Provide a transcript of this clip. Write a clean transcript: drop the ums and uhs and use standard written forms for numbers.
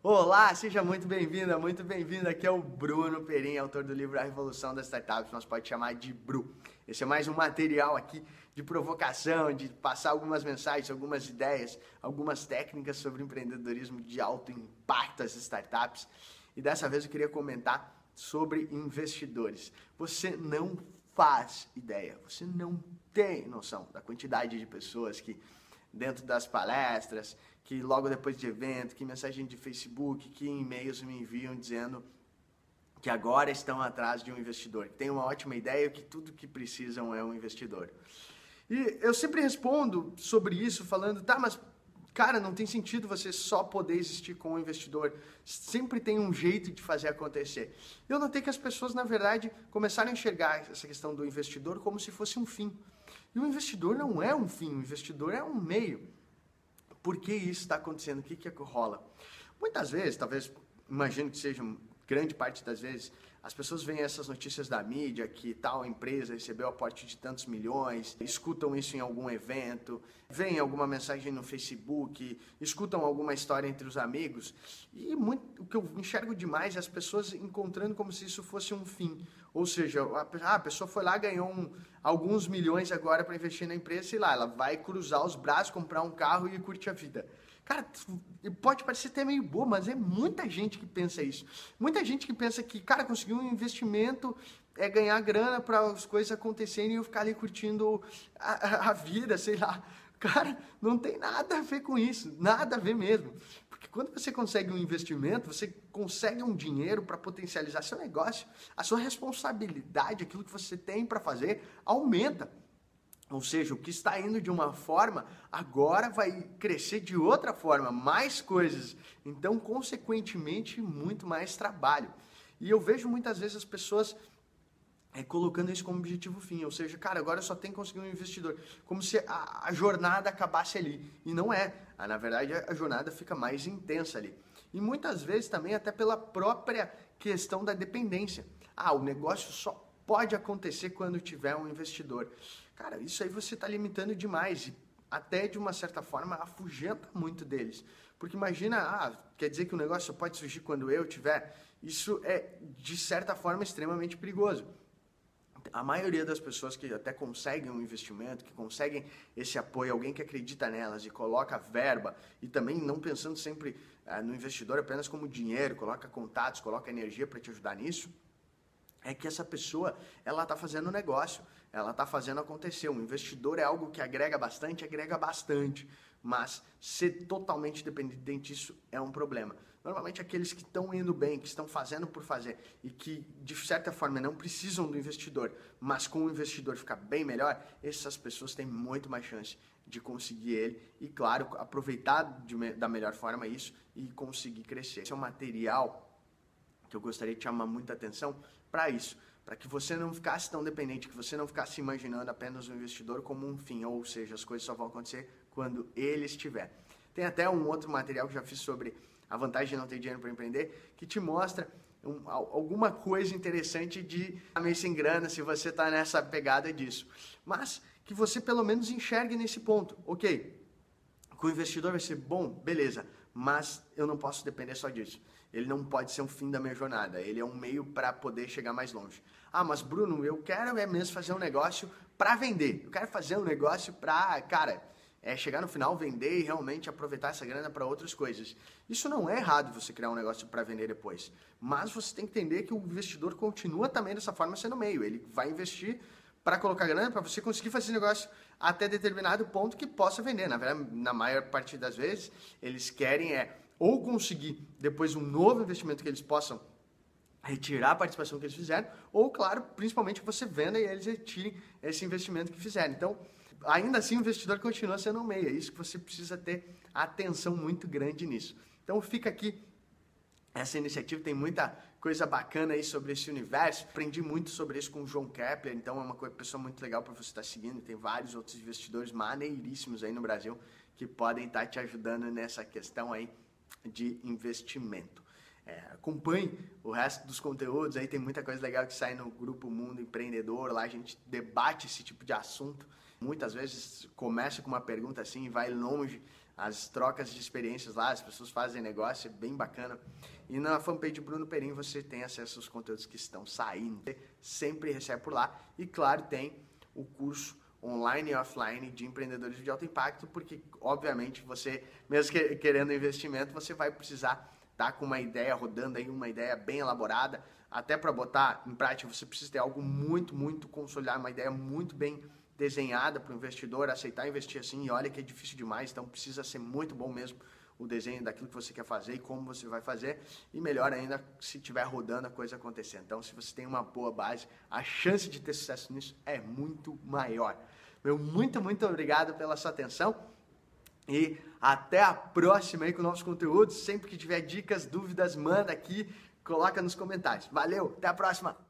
Olá, seja muito bem-vinda, muito bem-vindo. Aqui é o Bruno Perim, autor do livro A Revolução das Startups, nós pode chamar de Bru. Esse é mais um material aqui de provocação, de passar algumas mensagens, algumas ideias, algumas técnicas sobre empreendedorismo de alto impacto às startups. E dessa vez eu queria comentar sobre investidores. Você não faz ideia, você não tem noção da quantidade de pessoas que dentro das palestras, que logo depois de evento, que mensagem de Facebook, que e-mails me enviam dizendo que agora estão atrás de um investidor, que tem uma ótima ideia e que tudo que precisam é um investidor. E eu sempre respondo sobre isso falando, tá, mas cara, não tem sentido você só poder existir com um investidor. Sempre tem um jeito de fazer acontecer. Eu notei que as pessoas, na verdade, começaram a enxergar essa questão do investidor como se fosse um fim. E o investidor não é um fim, o investidor é um meio. Por que isso está acontecendo? O que rola? Muitas vezes, talvez, imagino que seja grande parte das vezes, as pessoas veem essas notícias da mídia, que tal empresa recebeu aporte de tantos milhões, escutam isso em algum evento, veem alguma mensagem no Facebook, escutam alguma história entre os amigos, e o que eu enxergo demais é as pessoas encontrando como se isso fosse um fim. Ou seja, a pessoa foi lá, ganhou alguns milhões agora para investir na empresa, sei lá, ela vai cruzar os braços, comprar um carro e curtir a vida. Cara, pode parecer até meio bobo, mas é muita gente que pensa isso. Muita gente que pensa que, cara, conseguir um investimento é ganhar grana para as coisas acontecerem e eu ficar ali curtindo a vida, sei lá. Cara, não tem nada a ver com isso, nada a ver mesmo. Porque quando você consegue um investimento, você consegue um dinheiro para potencializar seu negócio, a sua responsabilidade, aquilo que você tem para fazer, aumenta. Ou seja, o que está indo de uma forma, agora vai crescer de outra forma, mais coisas. Então, consequentemente, muito mais trabalho. E eu vejo muitas vezes as pessoas colocando isso como objetivo fim. Ou seja, cara, agora eu só tenho que conseguir um investidor. Como se a jornada acabasse ali. E não é. Na verdade, a jornada fica mais intensa ali. E muitas vezes também até pela própria questão da dependência. O negócio só pode acontecer quando tiver um investidor. Cara, isso aí você está limitando demais e até de uma certa forma afugenta muito deles. Porque imagina, quer dizer que o negócio só pode surgir quando eu tiver. Isso é, de certa forma, extremamente perigoso. A maioria das pessoas que até conseguem um investimento, que conseguem esse apoio, alguém que acredita nelas e coloca verba, e também não pensando sempre no investidor apenas como dinheiro, coloca contatos, coloca energia para te ajudar nisso, é que essa pessoa, ela está fazendo negócio, ela está fazendo acontecer. Um investidor é algo que agrega bastante, mas ser totalmente dependente disso é um problema. Normalmente aqueles que estão indo bem, que estão fazendo por fazer e que de certa forma não precisam do investidor, mas com o investidor ficar bem melhor, essas pessoas têm muito mais chance de conseguir ele e, claro, aproveitar da melhor forma isso e conseguir crescer. Esse é um material que eu gostaria de chamar muita atenção para isso, para que você não ficasse tão dependente, que você não ficasse imaginando apenas o investidor como um fim, ou seja, as coisas só vão acontecer quando ele estiver. Tem até um outro material que já fiz sobre a vantagem de não ter dinheiro para empreender, que te mostra alguma coisa interessante de meio sem grana, se você está nessa pegada disso. Mas que você pelo menos enxergue nesse ponto. Ok, com o investidor vai ser bom, beleza, mas eu não posso depender só disso. Ele não pode ser um fim da minha jornada, ele é um meio para poder chegar mais longe. Mas Bruno, eu quero mesmo fazer um negócio para vender, eu quero fazer um negócio para, chegar no final, vender e realmente aproveitar essa grana para outras coisas. Isso não é errado você criar um negócio para vender depois, mas você tem que entender que o investidor continua também dessa forma sendo meio, ele vai investir para colocar grana, para você conseguir fazer esse negócio até determinado ponto que possa vender. Na verdade, na maior parte das vezes, eles querem ou conseguir depois um novo investimento que eles possam retirar a participação que eles fizeram, ou, claro, principalmente que você venda e eles retirem esse investimento que fizeram. Então, ainda assim, o investidor continua sendo um meio. É isso que você precisa ter atenção muito grande nisso. Então, fica aqui essa iniciativa, tem muita coisa bacana aí sobre esse universo. Aprendi muito sobre isso com o João Kepler, então é uma pessoa muito legal para você estar seguindo. Tem vários outros investidores maneiríssimos aí no Brasil que podem estar te ajudando nessa questão aí de investimento. Acompanhe o resto dos conteúdos, aí tem muita coisa legal que sai no Grupo Mundo Empreendedor, lá a gente debate esse tipo de assunto. Muitas vezes começa com uma pergunta assim e vai longe as trocas de experiências lá, as pessoas fazem negócio, é bem bacana. E na fanpage Bruno Perim você tem acesso aos conteúdos que estão saindo, você sempre recebe por lá. E claro, tem o curso online e offline de empreendedorismo de alto impacto, porque obviamente você, mesmo querendo investimento, você vai precisar estar com uma ideia rodando aí, uma ideia bem elaborada. Até para botar em prática você precisa ter algo muito consolidado, uma ideia muito bem desenhada para o investidor aceitar investir assim. E olha que é difícil demais, então precisa ser muito bom mesmo o desenho daquilo que você quer fazer e como você vai fazer, e melhor ainda se estiver rodando a coisa acontecendo. Então, se você tem uma boa base, a chance de ter sucesso nisso é muito maior. Meu muito obrigado pela sua atenção e até a próxima aí com novos conteúdos. Sempre que tiver dicas, dúvidas, manda aqui, coloca nos comentários. Valeu, até a próxima!